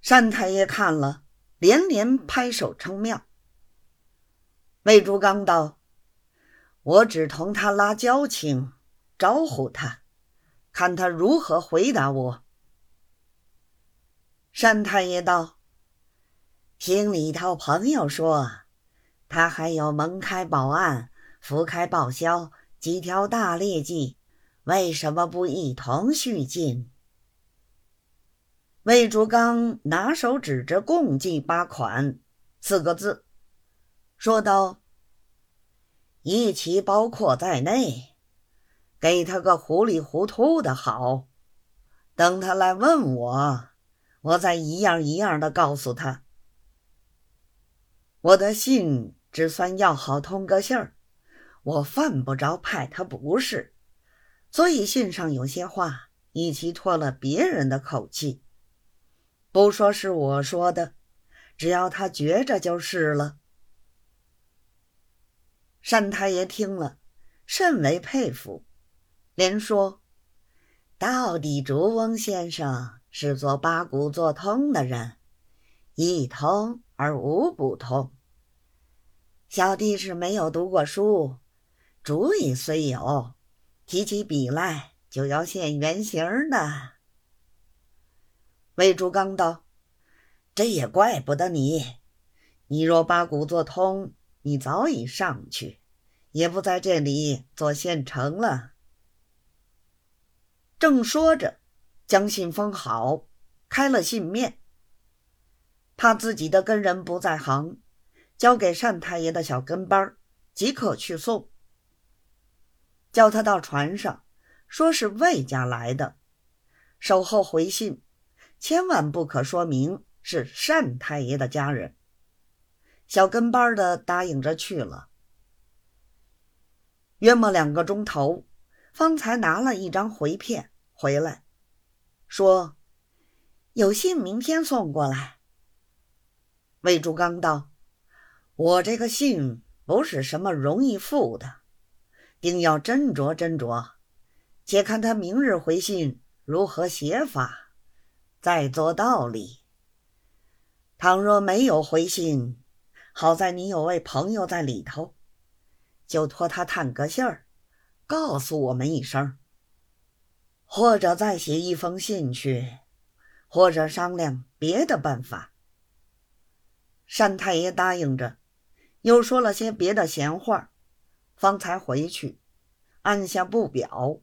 单太爷看了，连连拍手称妙。魏竹刚道：我只同他拉交情，招呼他，看他如何回答我。单太爷道：听里头朋友说，他还有蒙开报案、伏开报销几条大劣迹，为什么不一同续进？魏竹刚拿手指着共计8款4个字，说道：一起包括在内，给他个糊里糊涂的好，等他来问我，我再一样一样的告诉他。我的信只算要好通个信儿，我犯不着派他不是，所以信上有些话一起托了别人的口气，不说是我说的，只要他觉着就是了。单太爷听了甚为佩服，连说：到底竹翁先生是做八股做通的人，一通而无不通。小弟是没有读过书，主意虽有，提起笔来就要现原形的。魏竹刚道：这也怪不得你，你若八股做通，你早已上去，也不在这里做县城了。正说着，将信封好，开了信面，怕自己的跟人不在行，交给单太爷的小跟班，即刻去送。叫他到船上，说是魏家来的，守候回信，千万不可说明是单太爷的家人。小跟班的答应着去了。约莫2个钟头，方才拿了一张回片回来，说有信明天送过来。魏竹刚道：我这个信不是什么容易付的，定要斟酌斟酌，且看他明日回信如何写法，再做道理。倘若没有回信，好在你有位朋友在里头，就托他探个信儿，告诉我们一声，或者再写一封信去，或者商量别的办法。单太爷答应着，又说了些别的闲话，方才回去，按下布表，